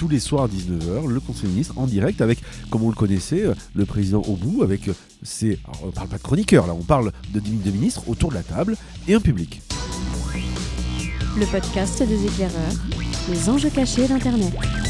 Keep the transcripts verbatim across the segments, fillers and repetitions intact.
tous les soirs à dix-neuf heures, le Conseil des ministres en direct avec, comme on le connaissait, le président au bout, avec ses... Alors, on ne parle pas de chroniqueurs, là, on parle de dix minutes de ministres autour de la table et un public. Le podcast des éclaireurs, les enjeux cachés d'Internet.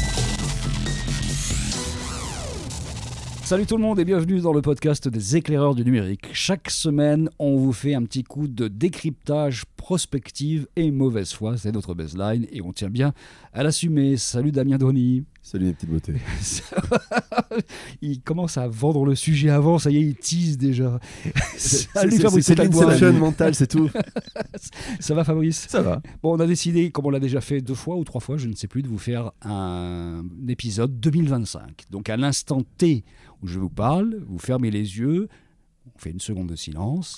Salut tout le monde et bienvenue dans le podcast des éclaireurs du numérique. Chaque semaine, on vous fait un petit coup de décryptage, prospective et mauvaise foi. C'est notre baseline et on tient bien à l'assumer. Salut Damien Droni. Salut les petites beautés. Il commence à vendre le sujet avant, ça y est, il tease déjà. Salut Fabrice, c'est l'inception mentale, c'est tout. Ça va Fabrice ? Ça va. Bon, on a décidé, comme on l'a déjà fait deux fois ou trois fois, je ne sais plus, de vous faire un épisode deux mille vingt-cinq. Donc à l'instant T où je vous parle, vous fermez les yeux, on fait une seconde de silence,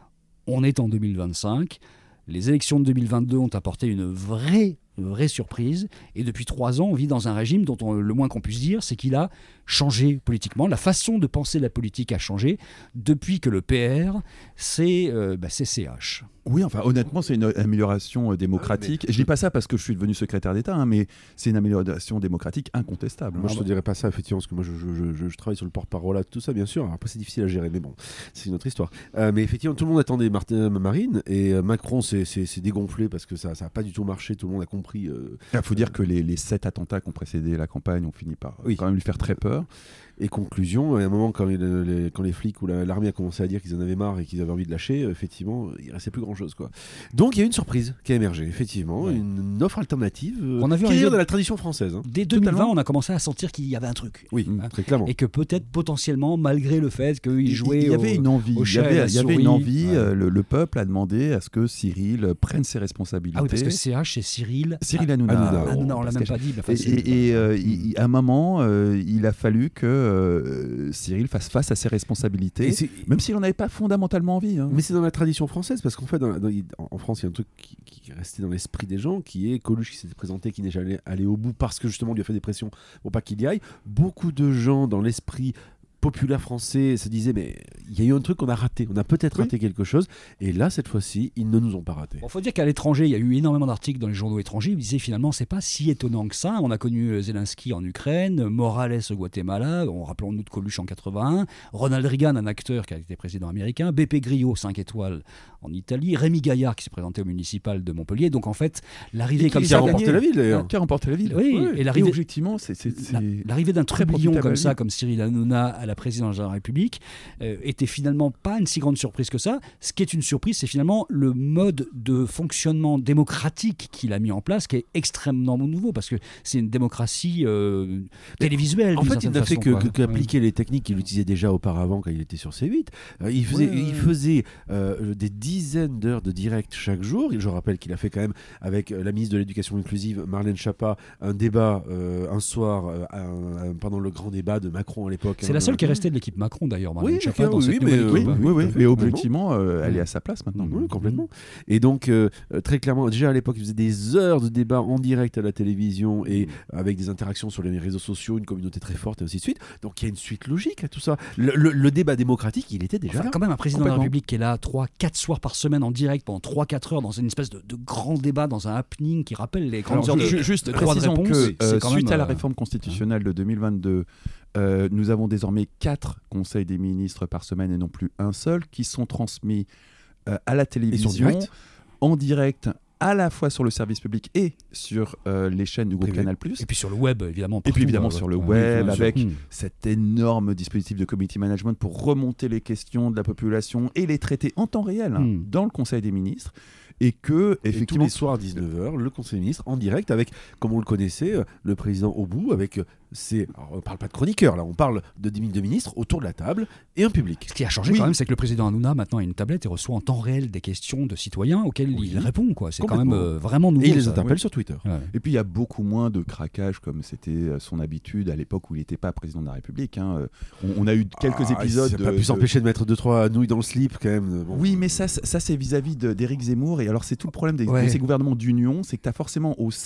on est en deux mille vingt-cinq, les élections de deux mille vingt-deux ont apporté une vraie, une vraie surprise, et depuis trois ans, on vit dans un régime dont on, le moins qu'on puisse dire, c'est qu'il a changé politiquement, la façon de penser la politique a changé, depuis que le P R, c'est, euh, bah, c'est C H. Oui, enfin honnêtement, c'est une amélioration euh, démocratique. Ah, mais... Je dis pas ça parce que je suis devenu secrétaire d'État, hein, mais c'est une amélioration démocratique incontestable. Moi, je te dirais pas ça, effectivement, parce que moi, je, je, je, je travaille sur le porte-parole, tout ça, bien sûr. Alors, après, c'est difficile à gérer, mais bon, c'est une autre histoire. Euh, mais effectivement, tout le monde attendait Martin, Marine, et euh, Macron s'est, s'est, s'est dégonflé parce que ça n'a pas du tout marché. Tout le monde a compris. Il euh, ah, faut dire que les, les sept attentats qui ont précédé la campagne ont fini par oui. quand même lui faire très peur. Et conclusion, à un moment, quand les, les, quand les flics ou la, l'armée a commencé à dire qu'ils en avaient marre et qu'ils avaient envie de lâcher, effectivement, il ne restait plus grand-chose, quoi. Donc, il y a eu une surprise qui a émergé, effectivement, ouais. une, une offre alternative euh, on a vu qui est d'ailleurs de la tradition française. Hein. Dès deux mille vingt, on a commencé à sentir qu'il y avait un truc. Oui, hein, très clairement. Et que peut-être, potentiellement, malgré le fait qu'il jouait il y avait au, une envie, au il y avait, il y avait une envie. Ouais. Euh, le, le peuple a demandé à ce que Cyril prenne ses responsabilités. Ah oui, parce que C H, c'est Cyril. Cyril Hanouna. Hanouna. Hanouna, on l'a même pas dit. Enfin, et et, et euh, il, à un moment, euh, il a fallu que euh, Cyril fasse face à ses responsabilités, même s'il n'en avait pas fondamentalement envie. Hein. Mais c'est dans la tradition française, parce qu'en fait, dans, dans, en France, il y a un truc qui, qui est resté dans l'esprit des gens, qui est Coluche qui s'était présenté, qui n'est jamais allé au bout, parce que justement, on lui a fait des pressions pour pas qu'il y aille. Beaucoup de gens, dans l'esprit populaire français, se disaient, mais il y a eu un truc qu'on a raté, on a peut-être oui. raté quelque chose, et là, cette fois-ci, ils ne nous ont pas raté. Il bon, faut dire qu'à l'étranger, il y a eu énormément d'articles dans les journaux étrangers, ils disaient finalement, c'est pas si étonnant que ça, on a connu Zelensky en Ukraine, Morales au Guatemala, bon, rappelons-nous de Coluche en quatre-vingt-un, Ronald Reagan, un acteur qui a été président américain, B P Grillo, cinq étoiles en Italie, Rémi Gaillard qui s'est présenté au municipal de Montpellier, donc en fait, l'arrivée comme qui ça... Qui a remporté la ville, d'ailleurs. Qui a remporté la ville. Oui, ouais. et l'arrivée... Et objectivement, c'est... c'est, c'est la, l'arrivée d'un trublion comme ça, vie. comme Cyril Hanouna à la présidence de la République, Euh, était finalement pas une si grande surprise que ça. Ce qui est une surprise, c'est finalement le mode de fonctionnement démocratique qu'il a mis en place, qui est extrêmement nouveau, parce que c'est une démocratie euh, télévisuelle. En fait, il n'a fait que, que, qu'appliquer ouais. les techniques qu'il utilisait déjà auparavant quand il était sur C huit. Euh, il faisait, ouais, il faisait euh, des dizaines d'heures de direct chaque jour. Et je rappelle qu'il a fait quand même, avec la ministre de l'Éducation inclusive, Marlène Schiappa, un débat euh, un soir, euh, un, un, pendant le grand débat de Macron à l'époque. C'est hein, la seule euh, qui est restée de l'équipe Macron, d'ailleurs. Oui, Schiappa, dans oui, cette mais, euh, oui, oui, oui, oui, mais objectivement, euh, elle est à sa place maintenant. Oui, complètement. Et donc, euh, très clairement, déjà à l'époque, il faisait des heures de débat en direct à la télévision et avec des interactions sur les réseaux sociaux, une communauté très forte et ainsi de suite. Donc, il y a une suite logique à tout ça. Le, le, le débat démocratique, il était déjà enfin, là. Quand même, un président de la République qui est là trois quatre soirs par semaine en direct pendant trois quatre heures dans une espèce de, de grand débat, dans un happening qui rappelle les grandes Alors, heures je, de, juste de droit de réponse. Que, euh, quand suite même, à la euh, réforme constitutionnelle de deux mille vingt-deux, Euh, nous avons désormais quatre conseils des ministres par semaine et non plus un seul qui sont transmis euh, à la télévision direct. en direct à la fois sur le service public et sur euh, les chaînes du groupe Privé. Canal+. Et puis sur le web, évidemment. Et puis évidemment euh, sur le ouais, web, ouais, avec sûr. cet énorme dispositif de community management pour remonter les questions de la population et les traiter en temps réel hein, mm. dans le Conseil des ministres. Et que, et effectivement, tous les soirs à dix-neuf heures, le Conseil des ministres en direct avec, comme on le connaissait, le président au bout, avec ses... Alors, on ne parle pas de chroniqueurs, là, on parle de dix minutes de ministres autour de la table et un public. Ce qui a changé oui. quand même, c'est que le président Hanouna, maintenant, a une tablette et reçoit en temps réel des questions de citoyens auxquelles oui. il répond. Quoi. C'est quand même euh, vraiment nouveau. Et il les ça. interpelle oui. sur Twitter. Ouais. Et puis, il y a beaucoup moins de craquage comme c'était son habitude à l'époque où il n'était pas président de la République. Hein. On, on a eu quelques ah, épisodes... Il n'a pas pu s'empêcher de mettre deux, trois nouilles dans le slip, quand même. Bon. Oui, mais ça, ça c'est vis-à-vis de, d'Éric Zemmour. Et alors, c'est tout le problème des, ouais. de ces gouvernements d'union, c'est que tu as forcément au sein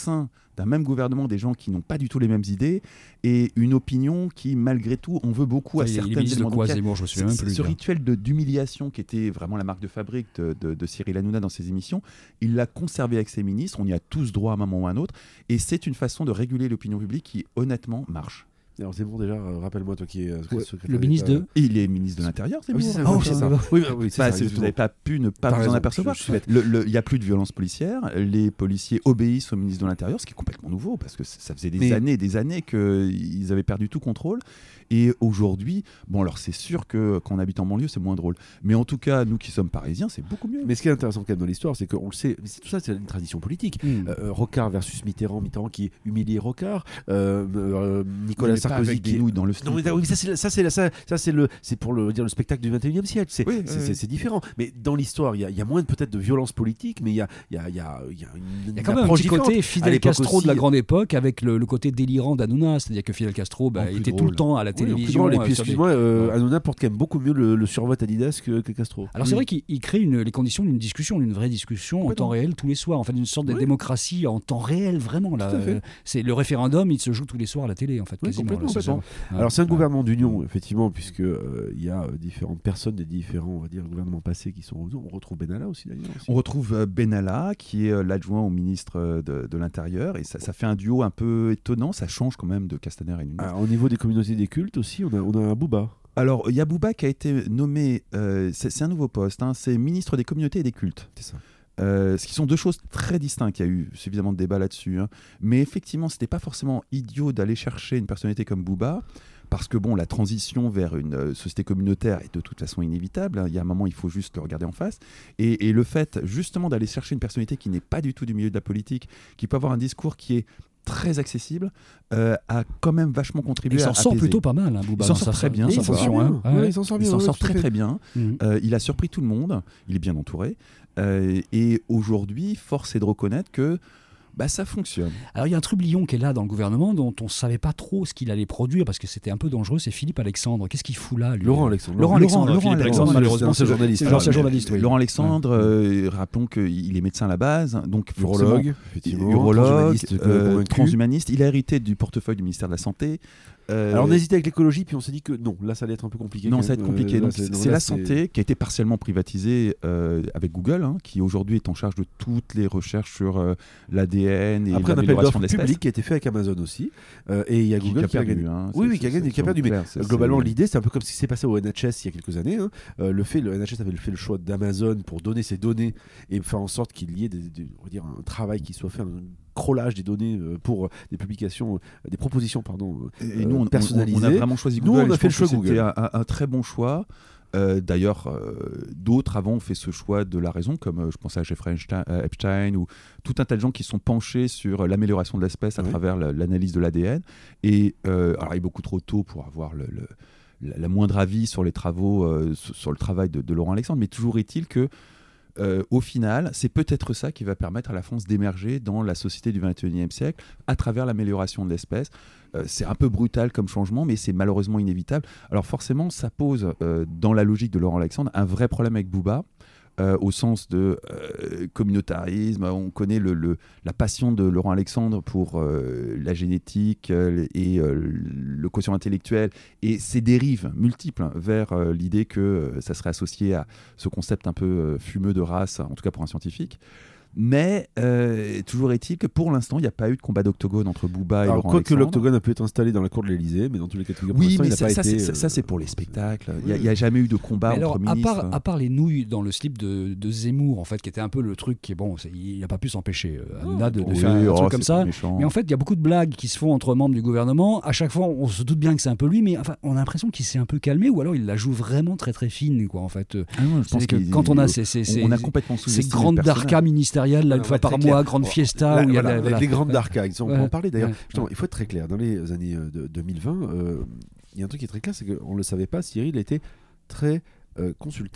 d'un même gouvernement des gens qui n'ont pas du tout les mêmes idées et une opinion qui, malgré tout, on veut beaucoup à Il est certains ministre de éléments. quoi, Donc, il y a Zemmour, je me souviens même ce, plus. ce là. rituel de, d'humiliation qui était vraiment la marque de fabrique de, de, de Cyril Hanouna dans ses émissions, il l'a conservé avec ses ministres. On y a tous droit à un moment ou à un autre. Et c'est une façon de réguler l'opinion publique qui, honnêtement, marche. Alors c'est bon déjà, euh, rappelle-moi toi qui est euh, Ouais, secrétaire le ministre d'État. de. Et il est ministre de l'Intérieur, c'est Ah oui, c'est ça. Oh, oui, c'est ça ça. va. Oui, bah, oui, c'est Bah, ça, c'est- vous exactement. n'avez pas pu ne pas T'as vous raison, en apercevoir. je- je suis bête. Le- le- Il n'y a plus de violence policière. Les policiers obéissent au ministre de l'Intérieur, ce qui est complètement nouveau parce que c- ça faisait des Mais- années et des années qu'ils avaient perdu tout contrôle. Et aujourd'hui, bon, alors c'est sûr que quand on habite en banlieue, c'est moins drôle. Mais en tout cas, nous qui sommes parisiens, c'est beaucoup mieux. Mais ce qui est intéressant quand même dans l'histoire, c'est qu'on le sait, mais c'est- tout ça c'est une tradition politique. Hmm. Euh, Rocard versus Mitterrand, Mitterrand qui humiliait Rocard, euh, euh, Nicolas Mais pas Sarkozy avec qui des nouilles dans le style. Non, mais, oui, mais ça c'est ça c'est ça, ça c'est le c'est pour le dire le spectacle du vingt et unième siècle. C'est Oui, c'est- oui, c'est- oui. c'est différent. Mais dans l'histoire, il y, a- il y a moins de- peut-être de violence politique, mais il y a il y a il y a, il y a une, Il y a une quand même un approche petit différente. côté À Fidel l'époque Castro de la aussi- grande époque avec le, le côté délirant d'Hanouna, c'est-à-dire que Fidel Castro bah, En plus était tout drôle. le temps à la Oui, en plus télévision. drôle. Et euh, puis sur des- excuse-moi, euh, Ouais. Hanouna porte quand même beaucoup mieux le, le survêt Adidas que, que Castro. Alors c'est vrai qu'il il crée une- les conditions d'une discussion, d'une vraie discussion en Complètement. temps réel tous les soirs, en fait une sorte de Oui. démocratie en temps réel vraiment là. Tout à fait. Euh, c'est le référendum, il se joue tous les soirs à la télé en fait Oui, quasiment. complètement, là, c'est ça. complètement. Ouais. Alors c'est un Ouais. gouvernement d'union, effectivement, puisque euh, il y a euh, différentes personnes des différents, on va dire, gouvernements passés qui sont revenus. On retrouve Benalla aussi d'ailleurs. aussi. On retrouve euh, Benalla, qui est euh, l'adjoint au ministre euh, de, de l'Intérieur, et ça, ça fait un duo un peu étonnant, ça change quand même de Castaner et Nunes. Ah, au niveau des communautés des cultes aussi, on a, on a un Bouba. Alors, il y a Bouba qui a été nommé, euh, c'est c'est un nouveau poste, hein, c'est ministre des communautés et des cultes. C'est ça. Euh, ce qui sont deux choses très distinctes. Il y a eu suffisamment de débats là-dessus. hein. Mais effectivement, ce n'était pas forcément idiot d'aller chercher une personnalité comme Bouba, parce que bon, la transition vers une euh, société communautaire est de toute façon inévitable. hein. Il y a un moment, il faut juste le regarder en face. Et, et le fait justement d'aller chercher une personnalité qui n'est pas du tout du milieu de la politique, qui peut avoir un discours qui est très accessible, euh, a quand même vachement contribué Il à s'en sort apaiser. plutôt pas mal, hein, Bouba. Il s'en dans sort sa- très bien, dans il sa s'en sort fonction, bien. hein. Ouais. Ouais, il s'en sort Il bien. s'en ouais, sort tout à très fait. très bien. Mhm. Euh, il a surpris tout le monde, il est bien entouré. Euh, et aujourd'hui, force est de reconnaître que bah, ça fonctionne. Alors il y a un trublion qui est là dans le gouvernement dont on ne savait pas trop ce qu'il allait produire parce que c'était un peu dangereux, c'est Philippe Alexandre. Qu'est-ce qu'il fout là lui Laurent Alexandre. Laurent Alexandre, Laurent Philippe Alexandre, Alexandre, malheureusement, c'est c'est journaliste. c'est Ah, l'ancien mais- journaliste. oui. Laurent Alexandre, euh, rappelons qu'il est médecin à la base, donc forcément, Urologue, effectivement. urologue, transhumaniste, euh, convaincu. transhumaniste. Il a hérité du portefeuille du ministère de la Santé. Euh, Alors on hésitait avec l'écologie, puis on s'est dit que non, là ça allait être un peu compliqué. Non, quand ça va être même. compliqué. Euh, là, Donc, c'est non, c'est là, la santé qui a été partiellement privatisée euh, avec Google, hein, qui aujourd'hui est en charge de toutes les recherches sur euh, l'A D N et Après un appel l'amélioration d'offres de l'espèce. public qui a été fait avec Amazon aussi. Euh, et il y a Qui- Google qui a qui a perdu. gagné. hein. Oui, C'est- oui, qui a c'est- gagné, c'est- qui a perdu, mais clair, c'est- Globalement, c'est- l'idée, c'est un peu comme ce qui s'est passé au N H S il y a quelques années. hein. Euh, le fait, le N H S avait fait le choix d'Amazon pour donner ses données et faire en sorte qu'il y ait des, des- on va dire, un travail qui soit fait, un crawlage des données euh, pour euh, des publications, euh, des propositions, pardon, euh, Et nous, on, on- personnalisées. on a vraiment choisi Nous, Google. on a et je fait le pense que choix c'était Google. un, un- un très bon choix. Euh, D'ailleurs, euh, d'autres avant ont fait ce choix de la raison, comme euh, je pense à Jeffrey Einstein, euh, Epstein, ou tout un tas de gens qui sont penchés sur l'amélioration de l'espèce à Oui. travers la- l'analyse de l'A D N. Et euh, alors, il est beaucoup trop tôt pour avoir le, le- la, la moindre avis sur les travaux, euh, sur, sur le travail de, de Laurent Alexandre, mais toujours est-il que Euh, au final, c'est peut-être ça qui va permettre à la France d'émerger dans la société du vingt et unième siècle à travers l'amélioration de l'espèce. Euh, c'est un peu brutal comme changement, mais c'est malheureusement inévitable. Alors forcément, ça pose, euh, dans la logique de Laurent Alexandre, un vrai problème avec Bouba. Euh, au sens de euh, communautarisme. On connaît le, le, la passion de Laurent Alexandre pour euh, la génétique euh, et euh, le quotient intellectuel et ses dérives multiples hein, vers euh, l'idée que euh, ça serait associé à ce concept un peu euh, fumeux de race, en tout cas pour un scientifique. Mais euh, toujours est-il que pour l'instant, il n'y a pas eu de combat d'octogone entre Bouba et Alors, Laurent quoique Alexandre. l'octogone a pu être installé dans la cour de l'Elysée, mais dans tous les cas de figure, pour Oui, l'instant, mais il n'a ça, pas ça, été. c'est- euh, ça, c'est pour les spectacles. Il oui. n'y a, a jamais eu de combat Mais alors, entre à ministres. part, à part les nouilles dans le slip de, de Zemmour, en fait, qui était un peu le truc qui est bon, c'est- il n'a pas pu s'empêcher, euh, Hanouna, de, de Oui, faire un oh, truc comme c'est ça. pas méchant. Mais en fait, il y a beaucoup de blagues qui se font entre membres du gouvernement. À chaque fois, on se doute bien que c'est un peu lui, mais enfin, on a l'impression qu'il s'est un peu calmé, ou alors il la joue vraiment très très fine, quoi. En fait, Ah non, je pense c'est que qu'il- quand on a il- ces, ces, on- ces, on a complètement ces sous-estimé grandes le personnage. darkas ministérielles, là, une Non, fois mais par très mois, clair. grande Bon, fiesta, là, où il y a voilà, la- voilà. les grandes darkas, on peut Ouais. en parler d'ailleurs. Ouais. Justement, il faut être très clair. Dans les années euh, de- deux mille vingt, euh, il y a un truc qui est très clair, c'est qu'on ne le savait pas, Cyril était très euh, consulté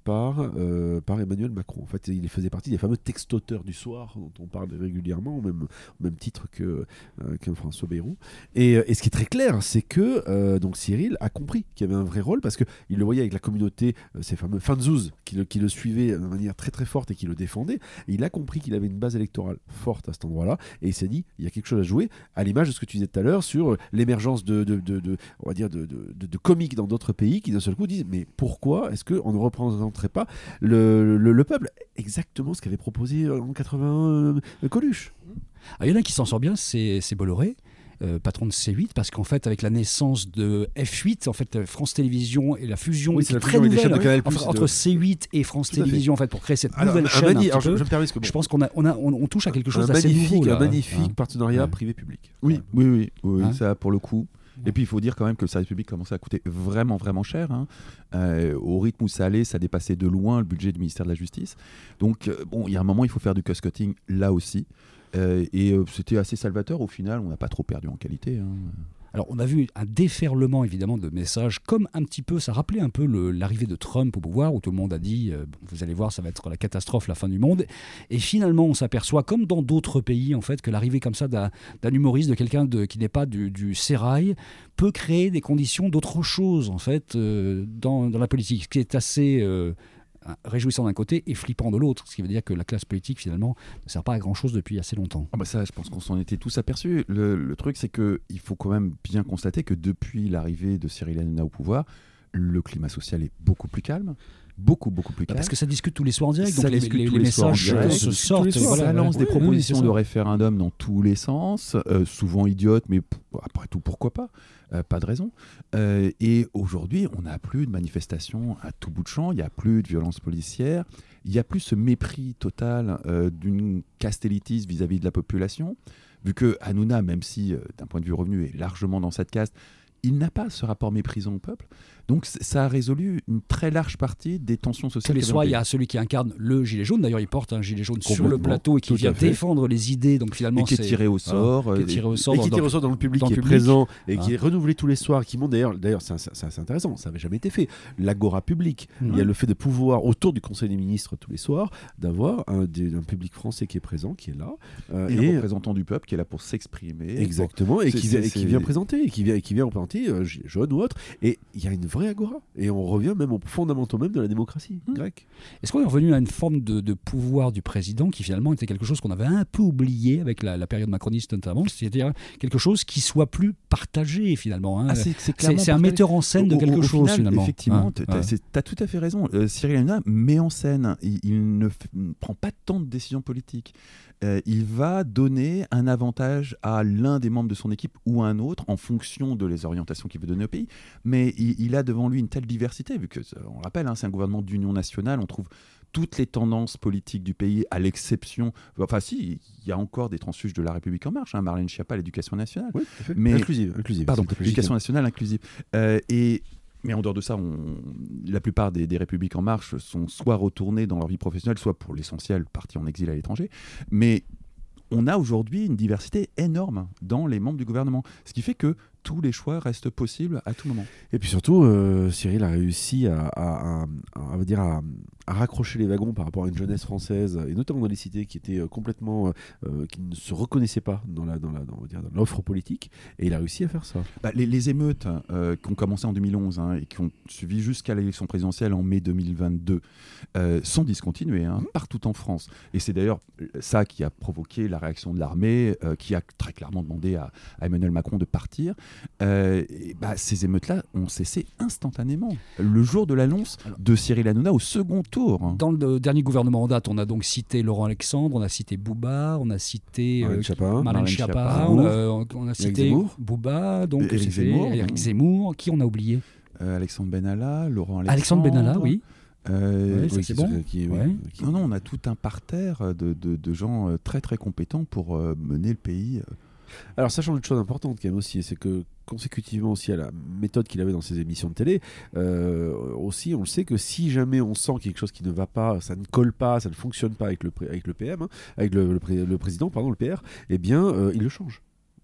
par, euh, par Emmanuel Macron. En fait, il faisait partie des fameux textoteurs du soir dont on parle régulièrement, au même, au même titre que, euh, que François Bayrou. Et, et ce qui est très clair, c'est que euh, donc Cyril a compris qu'il y avait un vrai rôle parce qu'il le voyait avec la communauté, euh, ces fameux fanzouz qui le, qui le suivaient de manière très très forte et qui le défendaient. Et il a compris qu'il avait une base électorale forte à cet endroit-là et il s'est dit il y a quelque chose à jouer, à l'image de ce que tu disais tout à l'heure sur l'émergence de, de, de, de on va dire de, de, de, de comiques dans d'autres pays qui d'un seul coup disent mais pourquoi est-ce qu'on ne représenterait pas le, le, le peuple, exactement ce qu'avait proposé en quatre-vingt-un euh, Coluche. Ah, il y en a qui s'en sort bien, c'est, c'est Bolloré. Euh, patron de C huit, parce qu'en fait avec la naissance de F huit, en fait France Télévisions et la fusion, oui, qui la est très fusion nouvelle de Canal+, entre, de... entre C huit et France Tout Télévisions en fait pour créer cette Alors, nouvelle un chaîne. mani- Un alors, petit peu. je, je me permets, que bon, Je pense qu'on a, on a, on, on touche à quelque chose un d'assez magnifique, nouveau. Là, un magnifique hein. partenariat Ouais. privé-public. Oui, oui, oui, oui, Hein ça pour le coup. Et puis il faut dire quand même que le service public commençait à coûter vraiment, vraiment cher. Hein. Euh, au rythme où ça allait, ça dépassait de loin le budget du ministère de la Justice. Donc euh, bon, il y a un moment, il faut faire du cost-cutting là aussi. Euh, et euh, c'était assez salvateur. Au final, on n'a pas trop perdu en qualité. Hein. Alors, on a vu un déferlement, évidemment, de messages, comme un petit peu, ça rappelait un peu le, l'arrivée de Trump au pouvoir, où tout le monde a dit, euh, vous allez voir, ça va être la catastrophe, la fin du monde. Et finalement, on s'aperçoit, comme dans d'autres pays, en fait, que l'arrivée comme ça d'un, d'un humoriste, de quelqu'un de, qui n'est pas du, du sérail, peut créer des conditions d'autre chose, en fait, euh, dans, dans la politique, ce qui est assez... Euh, réjouissant d'un côté et flippant de l'autre, ce qui veut dire que la classe politique finalement ne sert pas à grand chose depuis assez longtemps. Ah bah ça, je pense qu'on s'en était tous aperçus. Le, le truc, c'est qu'il faut quand même bien constater que depuis l'arrivée de Cyril Hanouna au pouvoir, le climat social est beaucoup plus calme. Beaucoup, beaucoup plus calme. Parce que ça discute tous les soirs en direct, ça donc les, discute les, tous les les soirs en messages direct, se ça sortent. Voilà, ça lance voilà. des Oui, propositions oui, de référendum dans tous les sens, euh, souvent idiotes, mais p- après tout, pourquoi pas euh, Pas de raison. Euh, et aujourd'hui, on n'a plus de manifestations à tout bout de champ, il n'y a plus de violence policière, il n'y a plus ce mépris total euh, d'une caste élitiste vis-à-vis de la population, vu que Hanouna, même si euh, d'un point de vue revenu est largement dans cette caste, il n'a pas ce rapport méprisant au peuple. Donc ça a résolu une très large partie des tensions sociales. Tous les soirs, il y a celui qui incarne le gilet jaune. D'ailleurs, il porte un gilet jaune sur le plateau et qui tout vient à fait. défendre les idées. Donc finalement, et qui est c'est tiré au sort. voilà, qui est tiré au sort Et dans- qui tire dans- au sort dans le public, dans qui le est public. présent et Hein. qui est renouvelé tous les soirs, qui monte d'ailleurs, d'ailleurs c'est, c'est, c'est intéressant, ça n'avait jamais été fait. L'agora public, Mmh. il y a le fait de pouvoir, autour du Conseil des ministres tous les soirs, d'avoir un, des- un public français qui est présent, qui est là. euh, et un représentant du peuple qui est là pour s'exprimer. Exactement, et C'est- qui, vient, c'est- et qui c'est- vient présenter, et qui vient, et qui vient représenter euh, Gilets jaunes ou autre. Et il y a une vraie agora. Et on revient même aux fondamentaux même de la démocratie Mmh. grecque. Est-ce qu'on est revenu à une forme de, de pouvoir du président qui finalement était quelque chose qu'on avait un peu oublié avec la, la période macroniste notamment, c'est-à-dire quelque chose qui soit plus partagé finalement. Hein. Ah, c'est, c'est, c'est, clairement c'est un partagé. metteur en scène de Au- quelque au chose final, finalement. Effectivement, Hein, tu ouais. as tout à fait raison. Euh, Cyril Hanouna met en scène, il, il ne, f- ne prend pas tant de décisions politiques. Euh, il va donner un avantage à l'un des membres de son équipe ou à un autre en fonction de les orientations qu'il veut donner au pays. Mais il, il a devant lui une telle diversité, vu que, on le rappelle, hein, c'est un gouvernement d'union nationale, on trouve toutes les tendances politiques du pays, à l'exception... Enfin si, il y a encore des transfuges de La République En Marche, hein, Marlène Schiappa à l'Éducation nationale. Oui, tout à fait. Mais- inclusive, inclusive. Pardon, s'il te plaît, l'éducation Gilles. nationale inclusive. Euh, et, mais en dehors de ça, on, la plupart des, des Républiques En Marche sont soit retournés dans leur vie professionnelle, soit pour l'essentiel partis en exil à l'étranger. Mais on a aujourd'hui une diversité énorme dans les membres du gouvernement, ce qui fait que tous les choix restent possibles à tout moment. Et puis surtout, euh, Cyril a réussi à, à, à, à, à, dire à, à raccrocher les wagons par rapport à une jeunesse française, et notamment dans les cités, qui était euh, complètement, euh, qui ne se reconnaissait pas dans, la, dans, la, dans, on va dire, dans l'offre politique, et il a réussi à faire ça. Bah, les, les émeutes euh, qui ont commencé en deux mille onze hein, et qui ont suivi jusqu'à l'élection présidentielle en mai deux mille vingt-deux euh, sont discontinuées hein, mmh. partout en France. Et c'est d'ailleurs ça qui a provoqué la réaction de l'armée, euh, qui a très clairement demandé à, à Emmanuel Macron de partir. Euh, et bah, ces émeutes-là ont cessé instantanément le jour de l'annonce de Cyril Hanouna au second tour. Dans le dernier gouvernement en date, on a donc cité Laurent Alexandre, on a cité Bouba, on a cité Marlène euh, Schiappa, Marlène Schiappa, Schiappa, on, a, on a cité Zemmour. Bouba, donc Éric c'est fait, Zemmour, Éric donc. Zemmour, qui on a oublié Euh, Alexandre Benalla, Laurent Alexandre. Alexandre Benalla, oui. Euh, Ouais, ça, Oui, c'est qui- bon. qui- oui, Ouais. qui- Non, non, on a tout un parterre de, de, de gens euh, très très compétents pour euh, mener le pays. euh. Alors, sachant une chose importante quand même aussi, c'est que consécutivement aussi à la méthode qu'il avait dans ses émissions de télé, euh, aussi on le sait que si jamais on sent quelque chose qui ne va pas, ça ne colle pas, ça ne fonctionne pas avec le, pré- avec le P M, hein, avec le, le, pré- le président, pardon, le P R, eh bien euh, il le change.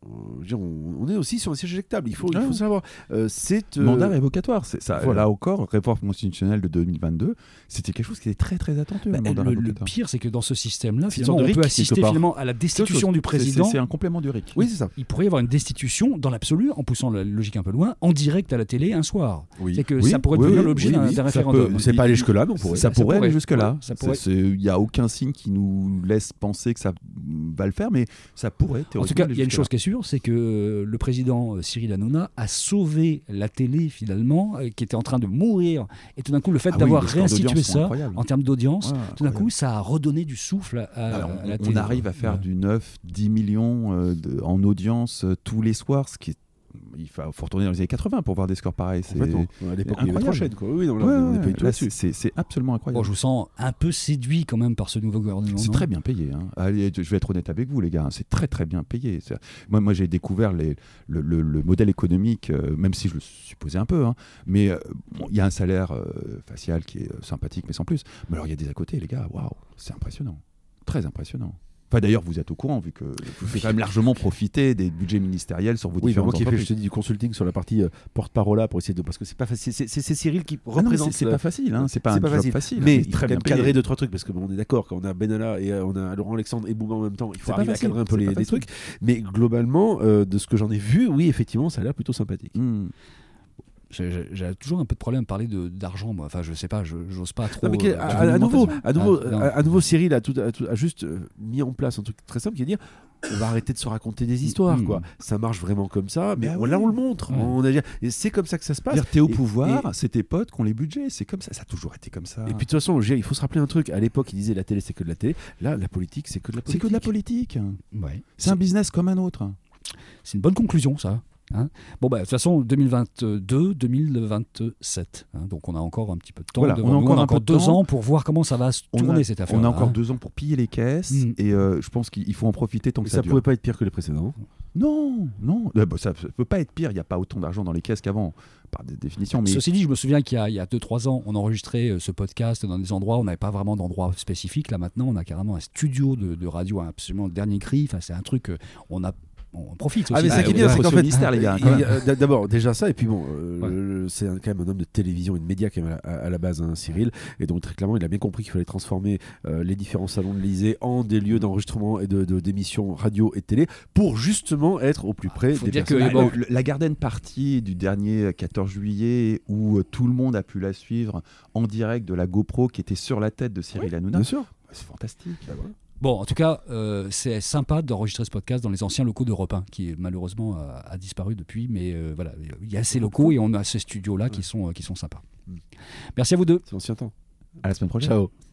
je veux dire, on, on est aussi sur un siège éjectable. Il faut, Ah. il faut savoir. Euh, c'est euh, Mandat révocatoire, c'est ça. voilà. Là encore, réforme constitutionnelle de deux mille vingt-deux, c'était quelque chose qui était très très attendu. Bah, le mandat le, le révocatoire. pire, c'est que dans ce système-là, C'est une finalement, sorte de on peut R I C, assister quelque part. finalement à la destitution du C'est- président. C'est c'est un complément du R I C. Oui, c'est ça. Il pourrait y avoir une destitution dans l'absolu, en poussant la logique un peu loin, en direct à la télé un soir. Oui. C'est que Oui, ça pourrait oui, devenir oui, l'objet oui, d'un oui, d'un ça référendum. peut- C'est pas aller jusque-là, mais on pourrait. Ça, Ça pourrait aller pourrait. jusque-là. Ouais, ça pourrait. Il n'y a aucun signe qui nous laisse penser que ça va le faire, mais ça pourrait théoriquement. En tout cas, aller il y a une jusque-là. chose qui est sûre, c'est que euh, le président euh, Cyril Hanouna a sauvé la télé finalement, euh, qui était en train de mourir. Et tout d'un coup, le fait Ah oui, d'avoir les scores réinstitué d'audience sont ça incroyables. en termes d'audience, Ouais, tout d'un incroyable. coup, ça a redonné du souffle à, à- Alors, à la on, télé. on arrive à faire Ouais. du neuf dix millions euh, de- en audience euh, tous les soirs, ce qui est. Il faut, faut retourner dans les années quatre-vins pour voir des scores pareils. C'est Complètement. À l'époque, il y avait incroyable. trois chaînes, quoi. Oui, non, là, Ouais, on n'est ouais, pas du tout là, là-dessus. c'est- c'est absolument Bon, incroyable. je vous sens un peu séduit quand même par ce nouveau gouvernement. C'est non très bien payé. Hein. Allez, je vais être honnête avec vous, les gars. hein. C'est très, très bien payé. C'est- Moi, moi j'ai découvert les- le, le- le modèle économique, euh, même si je le supposais un peu. hein. Mais euh, bon, il y a un salaire euh, facial qui est euh, sympathique, mais sans plus. Mais alors, il y a des à côté, les gars. Waouh, c'est impressionnant. Très impressionnant. Enfin, d'ailleurs, vous êtes au courant, vu que vous faites quand même largement profiter des budgets ministériels sur vos Oui, différentes moi qui fais, je entreprises. te dis, du consulting sur la partie euh, porte-parole là pour essayer de. Parce que c'est pas facile. C'est c'est- c'est Cyril qui Ah non, mais représente. c'est c'est le- pas facile, hein. c'est pas c'est un pas job facile. facile. mais hein, il faut très quand bien même payé. cadrer deux trois trucs parce que bon, on est d'accord, quand on a Benalla et euh, on a Laurent Alexandre et Bouba en même temps, il faut C'est pas arriver facile, à cadrer un peu c'est les, pas les facile. trucs. Mais globalement, euh, de ce que j'en ai vu, oui, effectivement, ça a l'air plutôt sympathique. Hmm. J'ai- J'ai j'ai toujours un peu de problème à parler de- d'argent, moi. Enfin, je sais pas, je j'ose pas trop. Non, mais quel- euh, à, faire à- à une nouveau, augmentation. à, nouveau, Ah, non. à, à nouveau, Cyril a, tout, a, tout- a juste euh, mis en place un truc très simple qui est de dire on va arrêter de se raconter des histoires. Mm. Quoi. Ça marche vraiment comme ça, mais Bah on- là ouais. on le montre. Ouais. On a, et c'est comme ça que ça se passe. Dire t'es au Et- pouvoir, et- c'est tes potes qui ont les budgets, c'est comme ça, ça a toujours été comme ça. Et puis de toute façon, je veux dire, il faut se rappeler un truc. À l'époque, il disait la télé c'est que de la télé. Là, la politique c'est que de la c'est politique. que de la politique. Ouais. C'est un business comme un autre. C'est une bonne conclusion, ça. Hein. Bon, bah, de toute façon, deux mille vingt-deux deux mille vingt-sept. Hein, donc, on a encore un petit peu de temps. Voilà, devant on a nous. encore un peu de deux temps. ans pour voir comment ça va se On tourner, a, cette affaire. on a encore hein. deux ans pour piller les caisses Mm. et euh, je pense qu'il faut en profiter tant Mais que ça ça, ne dure. pouvait pas être pire que les précédents. Non, non, Euh, bah, ça ne peut pas être pire. Il n'y a pas autant d'argent dans les caisses qu'avant, par des définitions. Mais Ceci dit, je me souviens qu'il y a- il y a deux trois ans, on enregistrait euh, ce podcast dans des endroits où on n'avait pas vraiment d'endroit spécifique. Là, maintenant, on a carrément un studio de, de radio absolument le dernier cri. Enfin, c'est un truc, euh, on a on profite aussi. Ah, mais Bah, ça qui est ouais, bien, ouais. c'est qu'en au fait, ministère, les gars. il y a- euh, d- d'abord déjà ça, et puis bon, euh, Ouais. le- c'est un- quand même un homme de télévision et de médias quand même à, à- à la base, hein, Cyril, et donc très clairement, il a bien compris qu'il fallait transformer euh, les différents salons de l'Élysée en des lieux d'enregistrement et de, de- d'émissions radio et télé pour justement être au plus près Faut des dire que- personnes. Ah, bon. le- la garden party du dernier quatorze juillet où euh, tout le monde a pu la suivre en direct de la GoPro qui était sur la tête de Cyril Hanouna, Bien sûr. c'est fantastique. Bon, en tout cas, euh, c'est sympa d'enregistrer ce podcast dans les anciens locaux d'Europe un, qui malheureusement a, a disparu depuis. Mais euh, voilà, il y a ces locaux et on a ces studios-là qui, sont, euh, qui sont sympas. Mm. Merci à vous deux. C'est l'ancien temps. À la semaine prochaine. Ciao.